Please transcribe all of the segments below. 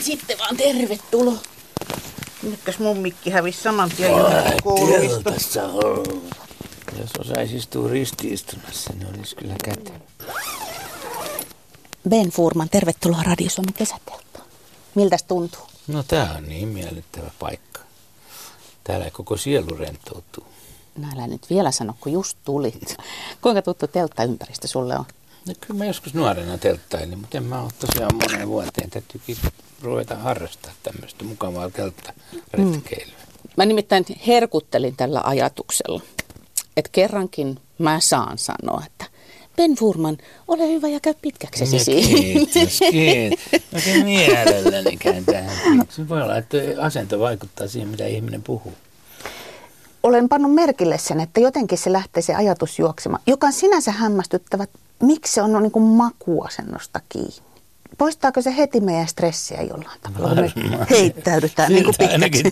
sitten vaan tervetuloa. Minnekäs mun mikki hävisi saman tien kouluista. Teltassa on. Jos osaisi istua ristiistunassa, niin olisi kyllä kätevä. Ben Furman, tervetuloa Radio Suomen kesäteltaan. Miltäs tuntuu? No tää on niin miellyttävä paikka. Täällä koko sielu rentoutuu. No älä nyt vielä sano, kun just tulit. Kuinka tuttu telttaympäristö sulle on? No kyllä mä joskus nuorena telttailin, mutta en mä ole tosiaan moneen vuoteen. Täytyykin ruveta harrastaa tämmöistä mukavaa telttaretkeilyä. Mä nimittäin herkuttelin tällä ajatuksella, että kerrankin mä saan sanoa, että Ben Furman, ole hyvä ja käy pitkäksesi siinä. Kiitos. Oikein mielelläni käyn tähän. Se voi olla, että asento vaikuttaa siihen, mitä ihminen puhuu. Olen pannut merkille sen, että jotenkin se lähtee se ajatus juoksemaan, joka on sinänsä hämmästyttävä, miksi se on niin kuin makuasennosta kiinni. Poistaako se heti meidän stressiä jollain tavalla? Me heittäydytään niin kuin pitkäksi.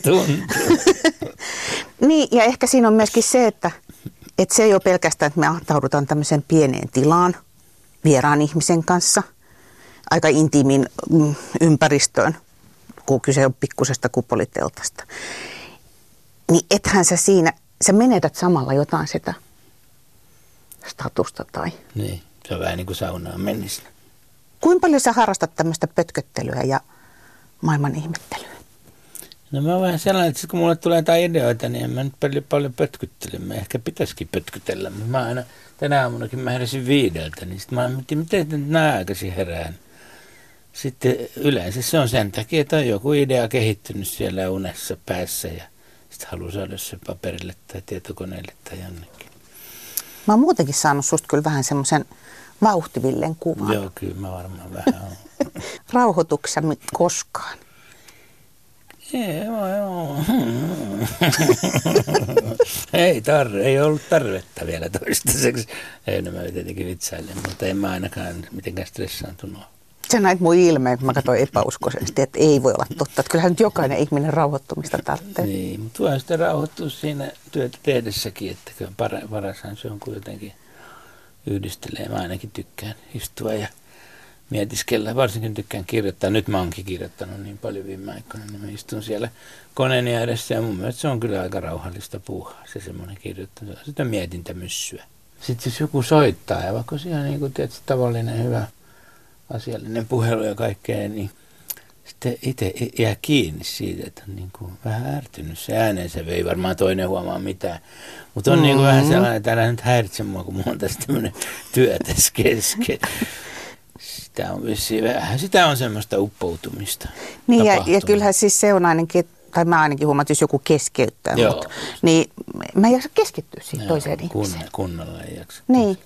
Niin, ja ehkä siinä on myöskin se, että se ei ole pelkästään, että me antaudutaan tämmöiseen pieneen tilaan vieraan ihmisen kanssa, aika intiimiin ympäristöön, kun kyse on pikkusesta kupoliteltasta. Niin ethän sä siinä, sä menetät samalla jotain sitä statusta tai... Niin, se on vähän niin kuin saunaan mennessä. Kuinka paljon sä harrastat tämmöistä pötköttelyä ja maailman ihmettelyä? No mä oon vähän sellainen, että kun mulle tulee jotain ideoita, niin en mä nyt paljon pötkyttele. Mä ehkä pitäisikin pötkytellä. Mä aina, tänä aamunakin mä heräsin 5, niin sitten mä mietin, miten nyt näin aikaisin herään. Sitten yleensä se on sen takia, että on joku idea kehittynyt siellä unessa päässä ja sitten haluaa saada se paperille tai tietokoneelle tai jonnekin. Mä oon muutenkin saanut susta kyllä vähän semmoisen vauhtivillen kuvan. Joo, kyllä mä varmaan vähän oon. Rauhoituksemme koskaan. Joo. Ei ollut tarvetta vielä toistaiseksi. Ei, no mä tietenkin vitsailen, mutta en mä ainakaan mitenkään stressaantunut. Sä näit mun ilmeen, kun mä katsoin epäuskoisesti, että ei voi olla totta. Että kyllähän nyt jokainen ihminen rauhoittumista tarvitsee. Niin, mutta voi sitten rauhoittua siinä työtä tehdessäkin, että parashan se on, kun jotenkin yhdistelee. Mä ainakin tykkään istua ja mietiskellä. Varsinkin tykkään kirjoittaa. Nyt mä oonkin kirjoittanut niin paljon viime aikoina, niin mä istun siellä koneen edessä ja mun mielestä se on kyllä aika rauhallista puuhaa. Se semmoinen kirjoittelu, se on sitä mietintämyssyä. Sitten jos joku soittaa ja vaikka se on niin kuin tietysti tavallinen hyvä asiallinen puhelu ja kaikkea, niin sitten itse jää kiinni siitä, että on niin kuin vähän ärtynyt se äänensä. Ei varmaan toinen huomaa mitään. Mutta on niin kuin vähän sellainen, että älä nyt häiritse mua, kun mulla on tässä tämmöinen työ tässä kesken. Sitä on vissiin vähän. Sitä on semmoista uppoutumista. Niin ja kyllähän siis se on ainakin, tai mä ainakin huomaan, että jos joku keskeyttää mut, niin mä en jaksa keskittyä siihen toiseen ihmiseen. Kunnolla ei jaksa. Niin.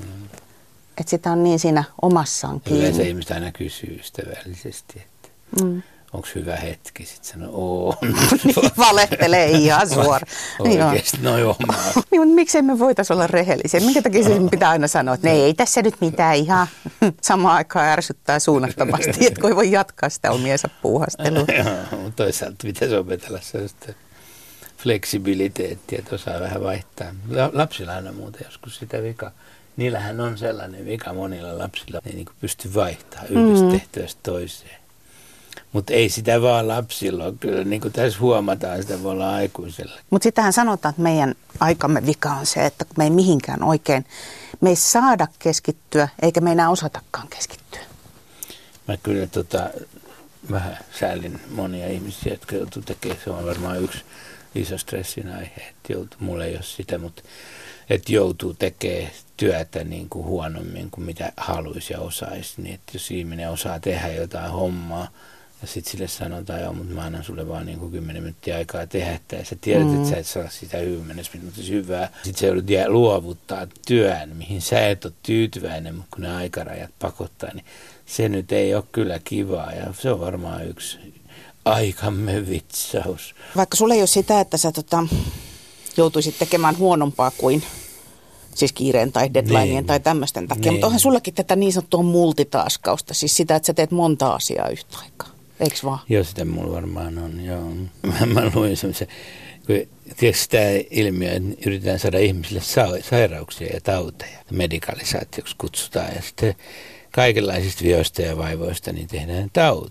Että sitä on niin siinä omassaan kiinni. Yleensä ihmiset aina kysyy ystävällisesti, että onko hyvä hetki. Sitten sanoo, on. Valehtelee ihan suoraan. Oikeasti, no joo. Niin, mutta miksei me voitaisiin olla rehellisiä? Minkä takia se pitää aina sanoa, että ei tässä nyt mitään ihan samaan aikaan ärsyttää suunnattomasti, että kun ei voi jatkaa sitä omiensa puuhastelua. Joo, mutta toisaalta pitäisi opetella sellaista fleksibiliteettiä, että osaa vähän vaihtaa. Lapsilla aina muuten joskus sitä vikaa. Niillähän on sellainen vika monilla lapsilla, ne ei niin pysty vaihtamaan yhdestä tehtävästä toiseen. Mutta ei sitä vaan lapsilla ole. Kyllä niin kuin tässä huomataan, sitä voi olla aikuisella. Mutta sitähän sanotaan, että meidän aikamme vika on se, että me ei mihinkään oikein, me ei saada keskittyä, eikä me enää osatakaan keskittyä. Mä kyllä vähän säälin monia ihmisiä, jotka joutuu tekemään. Se on varmaan yksi iso stressin aihe, että mulla ei ole sitä, mutta että joutuu tekemään työtä niin kuin huonommin kuin mitä haluaisi ja osaisi. Niin, että jos ihminen osaa tehdä jotain hommaa ja sitten sille sanotaan, joo, mutta mä annan sulle vaan niin kuin 10 minuuttia aikaa tehdä sitä ja sä tiedät, että sä et saa sitä 10 minuutissa hyvää. Sitten sä joudut luovuttaa työn, mihin sä et ole tyytyväinen, mutta kun ne aikarajat pakottaa, niin se nyt ei ole kyllä kivaa ja se on varmaan yksi aikamme vitsaus. Vaikka sulla ei ole sitä, että sä joutuisit tekemään huonompaa kuin siis kiireen tai deadlineen tai tämmöisten takia. Mutta onhan sullakin tätä niin sanottua multitaskausta, siis sitä, että sä teet monta asiaa yhtä aikaa. Eikö vaan? Joo, sitä mulla varmaan on, joo. Mä luin semmoisen, kun tietysti tämä ilmiö, että yritetään saada ihmisille sairauksia ja tauteja, medikalisaatioksi kutsutaan, ja sitten kaikenlaisista vioista ja vaivoista niin tehdään tauti.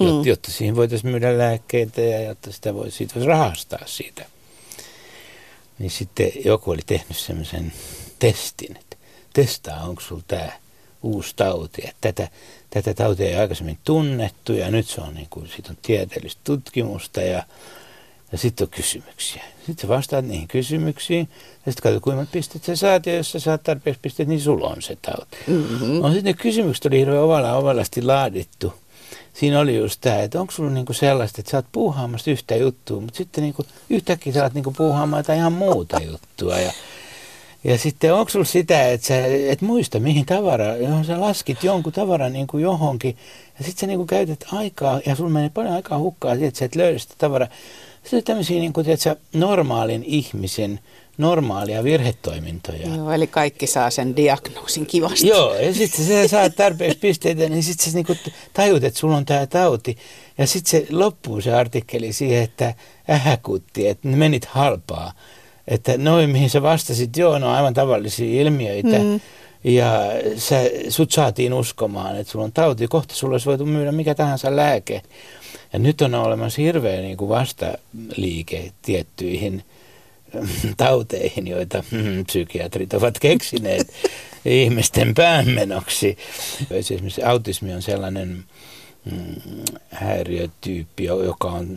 jotta siihen voitaisiin myydä lääkkeitä ja jotta siitä voisi rahastaa siitä. Niin sitten joku oli tehnyt semmoisen testin, että testaa, onko sulla tämä uusi tauti. Että tätä tautia ei aikaisemmin tunnettu ja nyt se on siitä on tieteellistä tutkimusta ja sitten on kysymyksiä. Sitten sä vastaat niihin kysymyksiin ja sitten katsot, kuinka pisteet sä saat ja jos sä saat tarpeeksi pisteet, niin sulla on se tauti. No sitten ne kysymykset oli hirveän ovalasti laadittu. Siinä oli just tämä, että onko sulla sellaista, että sä oot puuhaamassa yhtä juttua, mutta sitten yhtäkkiä sä oot puuhaamaan jotain ihan muuta juttua. Ja sitten onko sulla sitä, että sä et muista mihin tavara, johon sä laskit jonkun tavaran johonkin, ja sitten sä käytät aikaa, ja sulla menee paljon aikaa hukkaa siihen, että sä et löydä sitä tavaraa. Sitten on tämmöisiä normaalin ihmisen normaalia virhetoimintoja. Joo, eli kaikki saa sen diagnoosin kivasti. Joo, ja sitten sä saat tarpeeksi pisteitä, niin sitten sä tajut, että sulla on tämä tauti. Ja sitten se loppuu se artikkeli siihen, että ähäkutti, että menit halpaa. Että noin, mihin sä vastasit, joo, no aivan tavallisia ilmiöitä. Ja sut saatiin uskomaan, että sulla on tauti. Kohta sulla olisi voitu myydä mikä tahansa lääke. Ja nyt on olemassa hirveä vastaliike tiettyihin tauteihin, joita psykiatrit ovat keksineet ihmisten päänmenoksi. Esimerkiksi autismi on sellainen häiriötyyppi, joka on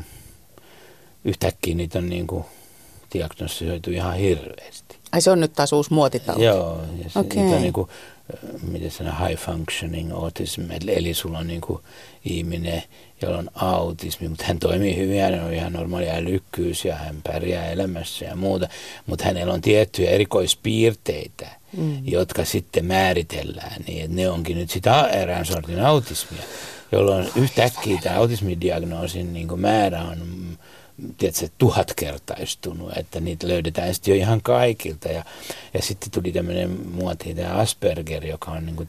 yhtäkkiä niitä on diagnostisoitu ihan hirveästi. Ai se on nyt taas uusi muotitauti? Joo, ja se on miten sanoa, high functioning autism, eli sulla on ihminen, jolla on autismi, mutta hän toimii hyvin, hän on ihan normaali älykkyys ja hän pärjää elämässä ja muuta, mutta hänellä on tiettyjä erikoispiirteitä, jotka sitten määritellään, niin että ne onkin nyt sitä erään sortin autismia, jolloin yhtäkkiä tämä autismidiagnoosin määrä on tiedätkö, 1000-kertaistunut, että niitä löydetään sitten jo ihan kaikilta. Ja sitten tuli tämmöinen muotiin tämä Asperger, joka on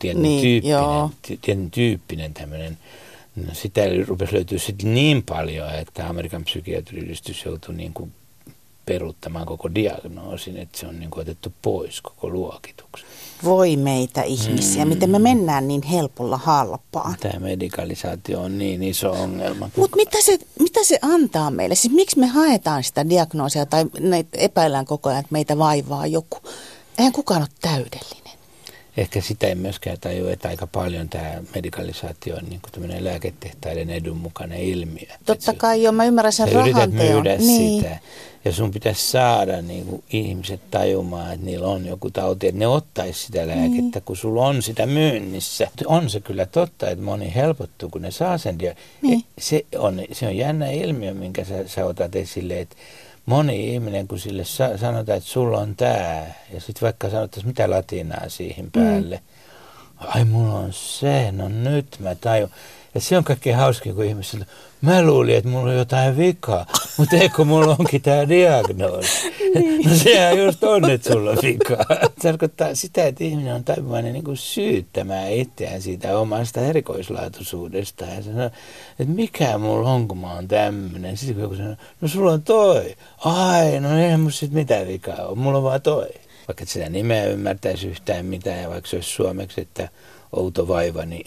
tietyn tyyppinen tämmöinen. No, sitä rupesi löytyä sitten niin paljon, että Amerikan psykiatriyhdistys joutui peruuttamaan koko diagnoosin, että se on otettu pois koko luokituksen. Voi meitä ihmisiä, miten me mennään niin helpolla halpaan. Tämä medikalisaatio on niin iso ongelma. Mutta mitä se antaa meille? Siis miksi me haetaan sitä diagnoosia tai epäillään koko ajan, että meitä vaivaa joku? Eihän kukaan ole täydellinen. Ehkä sitä ei myöskään tajua, että aika paljon tämä medikalisaatio on tämmöinen lääketehtaiden edun mukainen ilmiö. Totta kai joo, mä ymmärrän sen rahanteon. Yrität myydä sitä. Ja sun pitäisi saada ihmiset tajumaan, että niillä on joku tauti, että ne ottaisi sitä lääkettä, kun sulla on sitä myynnissä. On se kyllä totta, että moni helpottuu, kun ne saa sen. Se on jännä ilmiö, minkä sä otat esille, että moni ihminen, kun sille sanotaan, että sulla on tämä, ja sitten vaikka sanottaisiin mitä latinaa siihen päälle. Ai mulla on se, no nyt mä tajun. Ja se on kaikkein hauskin, kun ihmiset sanoo, mä luulin, että mulla on jotain vikaa, mutta eikö mulla onkin tämä diagnoosi. No sehän just on, että sulla on vikaa. Tarkoittaa sitä, että ihminen on taipuvainen syyttämään itseään siitä omasta erikoislaatuisuudesta. Ja sanoo, että mikä mulla on, kun mä oon tämmöinen. Sitten kun joku sanoo, no sulla on toi. Ai, no eihän musta sit mitään vikaa ole, mulla on vaan toi. Vaikka et sitä nimeä ymmärtäisi yhtään mitään, ja vaikka se olisi suomeksi, että outo vaiva, niin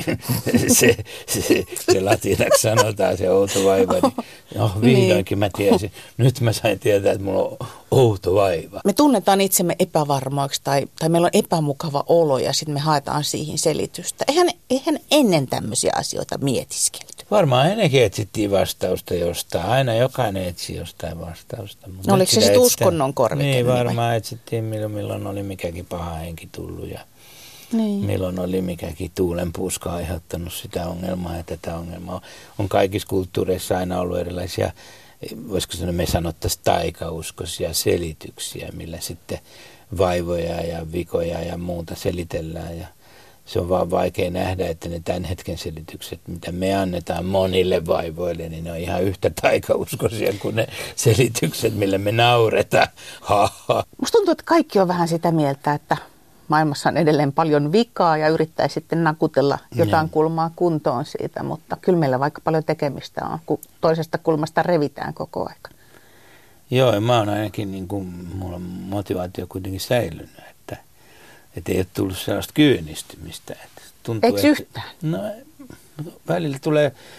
se latinaksi sanotaan se outo vaiva. Niin, no vihdoinkin mä tiesin. Nyt mä sain tietää, että mulla on outo vaiva. Me tunnetaan itsemme epävarmoiksi tai meillä on epämukava olo ja sitten me haetaan siihen selitystä. Eihän ennen tämmöisiä asioita mietiskelty. Varmaan ennenkin etsittiin vastausta jostain. Aina jokainen etsi jostain vastausta. No oliko se sitten uskonnon korvike? Niin, varmaan etsittiin milloin oli mikäkin paha henki tullut ja milloin oli mikäkin tuulenpuuska aiheuttanut sitä ongelmaa. Ja tätä ongelmaa on kaikissa kulttuureissa aina ollut erilaisia, voisiko sanoa, me sanottaisiin taikauskoisia selityksiä, millä sitten vaivoja ja vikoja ja muuta selitellään. Ja se on vaan vaikea nähdä, että ne tämän hetken selitykset, mitä me annetaan monille vaivoille, niin ne on ihan yhtä taikauskoisia kuin ne selitykset, millä me nauretaan. Musta tuntuu, että kaikki on vähän sitä mieltä, että maailmassa on edelleen paljon vikaa ja yrittää sitten nakutella jotain kulmaa kuntoon siitä, mutta kyllä meillä vaikka paljon tekemistä on, kun toisesta kulmasta revitään koko aika. Joo, ja mä oon ainakin, mulla on motivaatio kuitenkin säilynyt, että ei ole tullut sellaista kyynistymistä. Että tuntuu, eikö yhtään? No, välillä tulee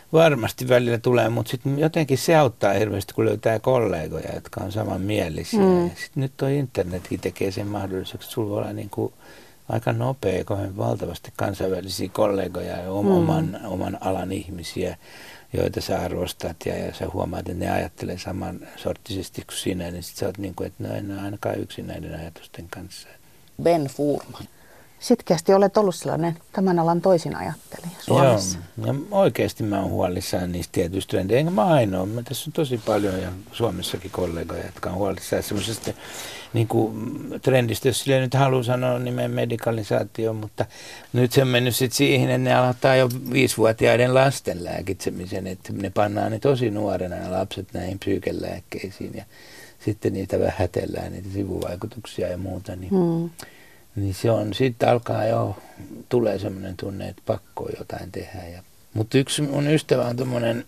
varmasti välillä tulee, mutta sitten jotenkin se auttaa hirveästi, kun löytää kollegoja, jotka on samanmielisiä. Sitten nyt tuo internetkin tekee sen mahdolliseksi, että sulla voi olla niin kuin aika nopea, kovin valtavasti kansainvälisiä kollegoja ja oman alan ihmisiä, joita sä arvostat ja sä huomaat, että ne ajattelee samansorttisesti kuin sinä, niin sitten sä oot niin kuin, että no en ole ainakaan yksin näiden ajatusten kanssa. Ben Fuhrman. Sitkeästi olet ollut sellainen tämän alan toisin ajattelija Suomessa. Joo, ja oikeasti mä oon huolissaan niistä tietyistä trendeistä. Enkä mä ainoa. Tässä on tosi paljon ja Suomessakin kollegoja, jotka on huolissaan semmoisesta niin kuin trendistä, jos sille nyt haluaa sanoa nimen medikalisaatio, mutta nyt se on mennyt sitten siihen, että ne aloittaa jo 5-vuotiaiden lasten lääkitsemisen, että ne pannaan ne tosi nuorena ne lapset näihin psyykelääkkeisiin ja sitten niitä vähätellään, niitä sivuvaikutuksia ja muuta, niin se on, sitten alkaa jo, tulee semmoinen tunne, että pakko jotain tehdä. Mutta yksi mun ystävä on tommonen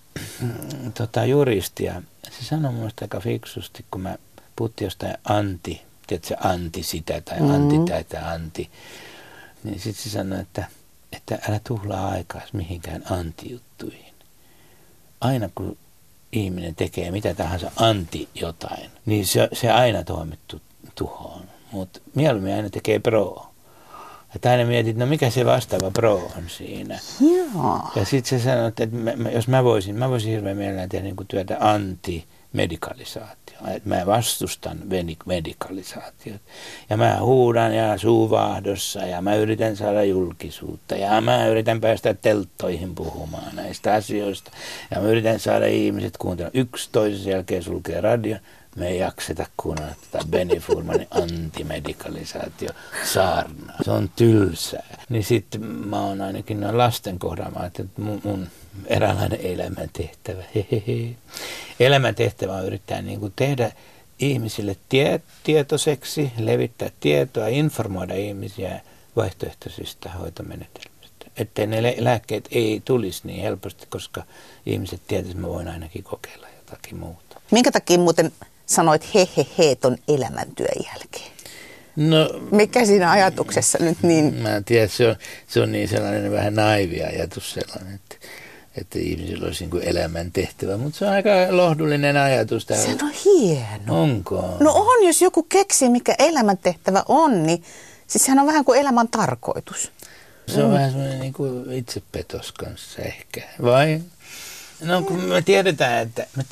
juristi ja se sanoi muista aika fiksusti, kun mä puhuttiin jostain tiedätkö, anti sitä tai anti tätä, anti. Niin sitten se sanoi, että älä tuhlaa aikaa mihinkään antijuttuihin. Aina kun ihminen tekee mitä tahansa anti jotain, niin se aina tuomittu tuhoon. Mutta mieluummin aina tekee pro. Että aina mietit, no mikä se vastaava pro on siinä. Joo. Ja sitten se sanoo, että jos mä voisin hirveän mielellään tehdä niin kuin työtä anti-medikalisaatio. Että mä vastustan medikalisaatiota. Ja mä huudan ja suuvaahdossa ja mä yritän saada julkisuutta. Ja mä yritän päästä telttoihin puhumaan näistä asioista. Ja mä yritän saada ihmiset kuuntelemaan. Yksi toisen jälkeen sulkee radion. Me ei jakseta kuunnella tätä Benny Fuhrmanin antimedikalisaatio saarnaa. Se on tylsää. Niin sitten mä oon ainakin noin lasten kohdalla, että mun eräänlainen elämäntehtävä. Elämäntehtävä on yrittää niin kuin tehdä ihmisille tietoiseksi, levittää tietoa, informoida ihmisiä vaihtoehtoisista hoitomenetelmistä. Ettei ne lääkkeet ei tulisi niin helposti, koska ihmiset tietäisivät, että mä voin ainakin kokeilla jotakin muuta. Minkä takia muuten sanoit ton elämäntyön jälkeen? No, mikä siinä ajatuksessa nyt niin? Mä en tiedä, se on niin sellainen vähän naivi ajatus sellainen, että ihmisillä olisi niin kuin elämäntehtävä, mutta se on aika lohdullinen ajatus. Se on hieno. Onko? No on, jos joku keksii, mikä elämäntehtävä on, niin siis sehän on vähän kuin elämän tarkoitus. Se on vähän semmoinen niin kuin itsepetos kanssa ehkä, vai? No kun me tiedetään,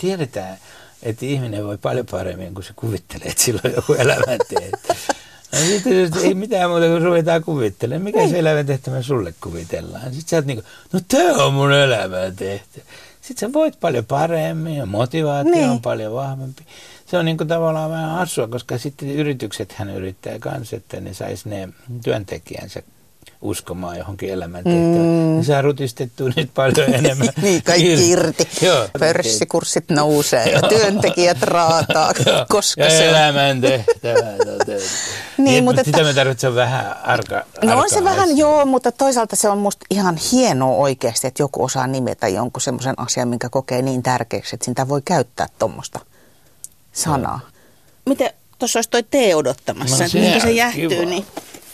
että ihminen voi paljon paremmin, kun se kuvittelee, että sillä on joku elämäntehtävä. No sitten ei mitään muuta kuin ruvetaan kuvittelemaan. Mikä se elämäntehtävä sulle kuvitellaan? Sitten sä oot niin kuin, no tää on mun elämäntehtävä. Sitten sä voit paljon paremmin ja motivaatio on paljon vahvempi. Se on niin kuin tavallaan vähän hassua, koska sitten yrityksethän yrittää kanssa, että ne sais ne työntekijänsä uskomaan johonkin elämäntehtävään. Ja saa rutistettua nyt paljon enemmän. Niin, kaikki irti. Pörssikurssit nousee ja työntekijät raataa, koska ja se on. Elämäntehtävää niin, mutta sitä me tarvitsemme vähän No on se vähän, mutta toisaalta se on musta ihan hienoa oikeasti, että joku osaa nimetä jonkun semmoisen asian, minkä kokee niin tärkeäksi, että sitä voi käyttää tuommoista sanaa. Miten tuossa olisi toi tee odottamassa, että minkä se jähtyy, kiva. Niin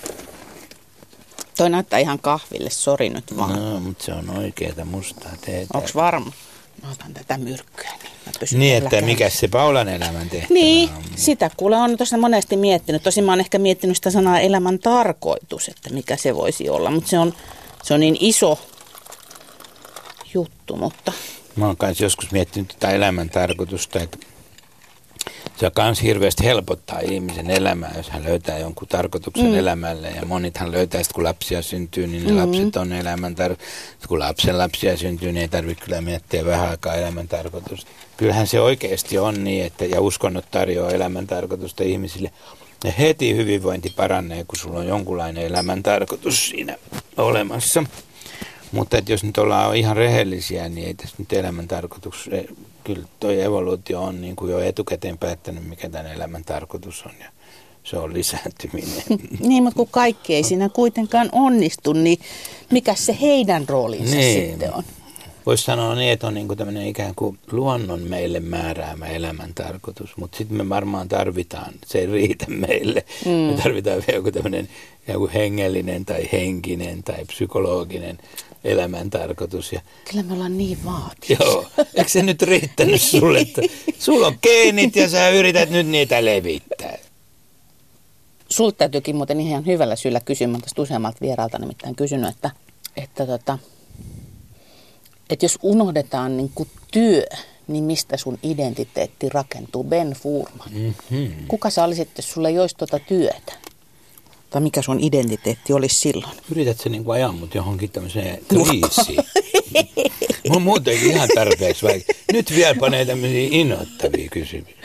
toi näyttää ihan kahville, sori nyt vaan. No, mutta se on oikeeta mustaa teetä. Onks varma? Mä otan tätä myrkkyä. Niin, että mikä se Paulan elämäntehtävä niin, on? Sitä kuule on tuossa monesti miettinyt. Tosin mä oon ehkä miettinyt sitä sanaa elämän tarkoitus, että mikä se voisi olla. Mutta se on niin iso juttu, mutta mä oon kanssa joskus miettinyt tätä elämän tarkoitusta, että se myös hirveästi helpottaa ihmisen elämää, jos hän löytää jonkun tarkoituksen elämälle. Ja monithan löytää sitten, kun lapsia syntyy, niin ne lapset on elämän tarkoitus. Kun lapsia syntyy, niin ei tarvitse kyllä miettiä vähän aikaa elämän tarkoitusta. Kyllähän se oikeasti on niin, että ja uskonnot tarjoaa elämän tarkoitusta ihmisille. Ja heti hyvinvointi paranee, kun sulla on jonkunlainen elämän tarkoitus siinä olemassa. Mutta jos nyt ollaan ihan rehellisiä, niin ei tässä nyt elämän tarkoitus. Kyllä toi evoluutio on niin kuin jo etukäteen päättänyt, mikä tämän elämän tarkoitus on, ja se on lisääntyminen. Niin, mutta kun kaikki ei siinä kuitenkaan onnistu, niin mikä se heidän roolinsa sitten on? Voisi sanoa niin, että on niin kuin tämmöinen ikään kuin luonnon meille määräämä elämän tarkoitus, mutta sitten me varmaan tarvitaan, se ei riitä meille. Me tarvitaan vielä joku tämmöinen joku hengellinen tai henkinen tai psykologinen elämän tarkoitus. Ja kyllä me ollaan niin vaativia. joo, eikö se nyt riittänyt sulle, että sulla on geenit ja sä yrität nyt niitä levittää? Sulta täytyykin muuten ihan hyvällä syyllä kysyä, mä tästä useammalta vieraalta nimittäin kysynyt, että jos unohdetaan niin kuin työ, niin mistä sun identiteetti rakentuu? Ben Furman. Mm-hmm. Kuka sä olisit, jos sulla ei olisi tuota työtä? Tai mikä sun identiteetti olisi silloin? Yritätkö niin ajaa mut johonkin tämmöiseen kriisiin? Mun muutenkin ihan tarpeeksi vaikka. Nyt vielä panee tämmöisiä innoittavia kysymyksiä.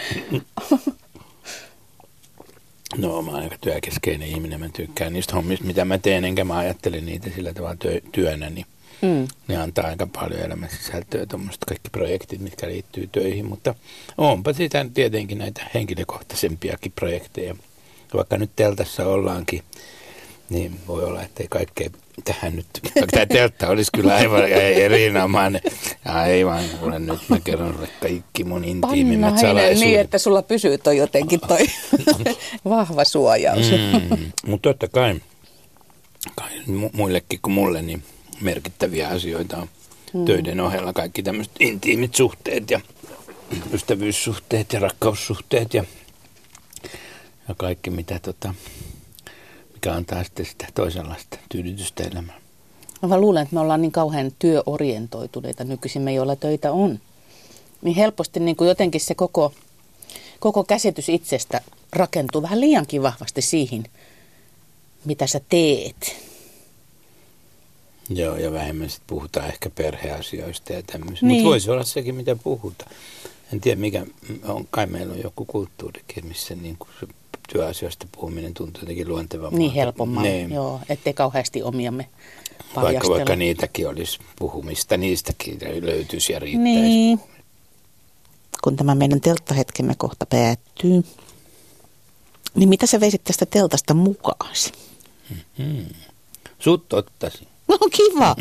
No, mä oon aika työkeskeinen ihminen. Mä tykkään niistä hommista, mitä mä teen, enkä mä ajattelen niitä sillä tavalla työnä. Niin ne antaa aika paljon elämän sisältöä, tuommoiset kaikki projektit, mitkä liittyy töihin. Mutta onpa sitä tietenkin näitä henkilökohtaisempiakin projekteja. Vaikka nyt teltassa ollaankin, niin voi olla, ettei kaikkea tähän nyt, vaikka tämä teltta olisi kyllä aivan erinomainen. Aivan, kuule nyt mä kerron sulle kaikki mun intiimimmät salaisuudet. Niin, että sulla pysyy toi jotenkin toi vahva suojaus. Mutta totta kai muillekin kuin mulle, niin merkittäviä asioita on töiden ohella kaikki tämmöiset intiimit suhteet ja ystävyyssuhteet ja rakkaussuhteet ja kaikki mitä mikä antaa sitten sitä toisenlaista tyydytystä elämään. Mä luulen, että me ollaan niin kauhean työorientoituneita nykyisin, joilla töitä on. Niin helposti niin kuin jotenkin se koko käsitys itsestä rakentuu vähän liiankin vahvasti siihen, mitä sä teet. Joo, ja vähemmän sitten puhutaan ehkä perheasioista ja tämmöistä. Niin. Mutta voisi olla sekin, mitä puhutaan. En tiedä, mikä on. Kai meillä on joku kulttuurikin, missä niin kuin työasioista puhuminen tuntuu jotenkin luontevammalta. Niin helpommalta, joo, ettei kauheasti omiamme paljastella. Vaikka niitäkin olisi puhumista, niistäkin löytyisi ja riittäisi. Niin. Kun tämä meidän telttahetkemme kohta päättyy, niin mitä sä veisit tästä teltasta mukaasi? Sut ottaisin. No kiva.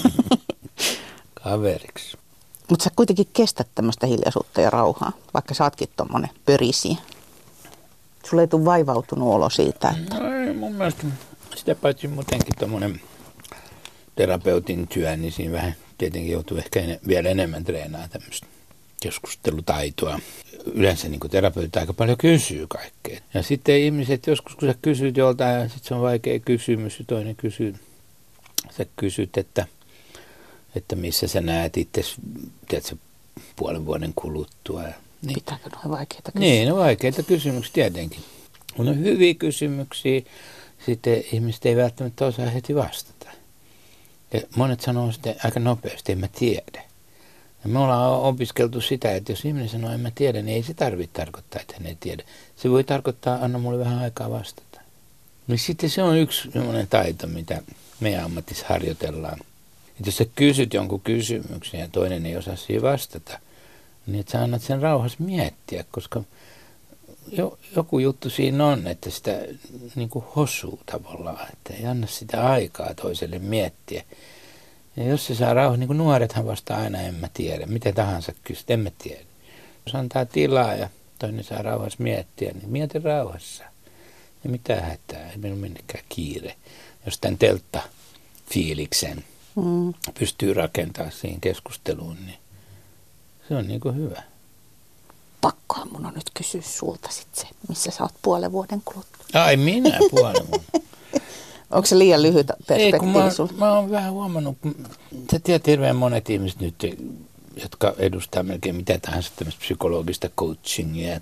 Kaveriksi. Mutta sä kuitenkin kestät tämmöistä hiljaisuutta ja rauhaa, vaikka sä ootkin tommonen pörisiä. Sulla ei tule vaivautunut olo siitä, että... No ei, mun mielestä sitä paitsi muutenkin tommonen terapeutin työ, niin siinä vähän tietenkin joutuu ehkä vielä enemmän treenaamaan tämmöistä keskustelutaitoa. Yleensä niin terapeutit aika paljon kysyy kaikkea. Ja sitten ihmiset joskus, kun sä kysyt joltain, ja sitten se on vaikea kysymys, ja toinen kysyy, sä kysyt, että missä sä näet itse, tiedätkö, puolen vuoden kuluttua. Niin. Pitääkö noin vaikeita kysymyksiä? Niin, no vaikeita kysymyksiä tietenkin. Kun on hyviä kysymyksiä, sitten ihmiset ei välttämättä osaa heti vastata. Ja monet sanoo sitten aika nopeasti, en mä tiedä. Ja me ollaan opiskeltu sitä, että jos ihminen sanoo, en mä tiedä, niin ei se tarvitse tarkoittaa, että hän ei tiedä. Se voi tarkoittaa, anna mulle vähän aikaa vastata. No sitten se on yksi sellainen taito, mitä meidän ammatissa harjoitellaan. Että jos sä kysyt jonkun kysymyksen ja toinen ei osaa siihen vastata, niin että sä annat sen rauhassa miettiä, koska joku juttu siinä on, että sitä niin kuin hosuu tavallaan, että ei anna sitä aikaa toiselle miettiä. Ja jos se saa rauhaa, niin kuin nuorethan vastaa aina, en mä tiedä, mitä tahansa kysyt, en mä tiedä. Jos antaa tilaa ja toinen saa rauhassa miettiä, niin mieti rauhassa. Ja mitä hätää, ei meillä ole minnekään kiire. Jos tämän teltta-fiiliksen pystyy rakentamaan siihen keskusteluun, niin se on niin kuin hyvä. Pakkohan mun on nyt kysyä sulta sit se, missä sä oot puolen vuoden kuluttua. Ai minä puolen vuoden. Onko se liian lyhyt perspektiivi sulla? Mä oon vähän huomannut, sä tiedät hirveän monet ihmiset nyt, jotka edustaa melkein mitä tahansa tämmöistä psykologista coachingia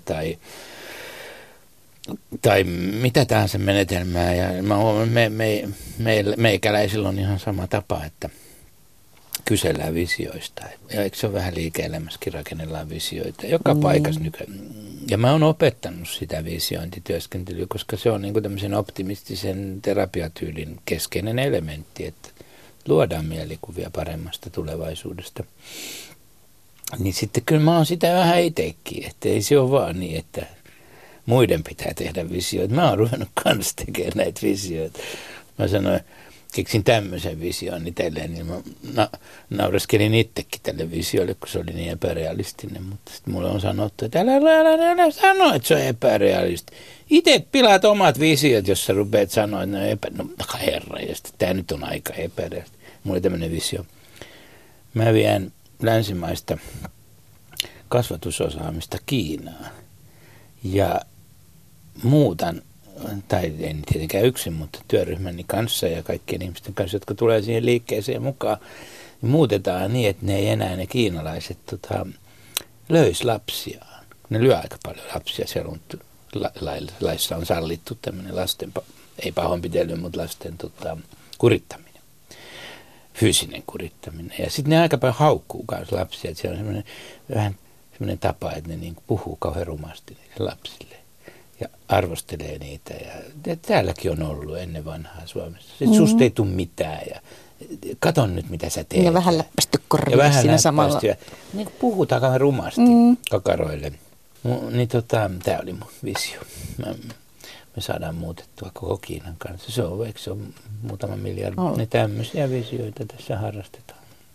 tai mitä tahansa menetelmää. Ja mä huomannut, meikäläisillä on ihan sama tapa, että kysellään visioista. Ja eikö se ole vähän liike-elämässäkin, rakennellaan visioita joka paikassa nykyään. Ja mä oon opettanut sitä visiointityöskentelyä, koska se on niin kuin tämmöisen optimistisen terapiatyylin keskeinen elementti, että luodaan mielikuvia paremmasta tulevaisuudesta. Niin sitten kyllä mä oon sitä vähän itsekin, että ei se ole vaan niin, että muiden pitää tehdä visioita. Mä oon ruvennut kanssa tekemään näitä visioita. Mä sanoin, keksin tämmöisen vision itselleen, niin mä naureskelin itsekin tälle visiolle, kun se oli niin epärealistinen. Mutta sitten mulle on sanottu, että älä sano, että se on epärealistinen. Itse pilaat omat visiot, jos sä rupeat sanoa, että no herra, ja sitten tämä nyt on aika epärealistinen. mulla oli tämmöinen visio. Mä vien länsimaista kasvatusosaamista Kiinaan ja muutan, tai en tietenkään yksin, mutta työryhmäni kanssa ja kaikkien ihmisten kanssa, jotka tulee siihen liikkeeseen mukaan, niin muutetaan niin, että ne ei enää ne kiinalaiset löys lapsiaan. Ne lyö aika paljon lapsia, siellä on laissa on sallittu tämmöinen lasten, ei pahoinpitely, mutta lasten kurittaminen, fyysinen kurittaminen. Ja sitten ne aika paljon haukkuu kanssa lapsia, että siellä on vähän semmoinen tapa, että ne niin puhuu kauhean rumasti niille lapsille ja arvostelee niitä. Ja täälläkin on ollut ennen vanhaa Suomessa. Sitten susta ei tule mitään ja katon nyt, mitä sä teet. Ja vähän läppästy korville siinä samalla. Ja niin puhutaan kauhean rumasti kakaroille. Niin tämä oli mun visio. Me saadaan muutettua koko Kiinan kanssa. Se on muutama miljardi. Ne tämmöisiä visioita tässä harrastetaan.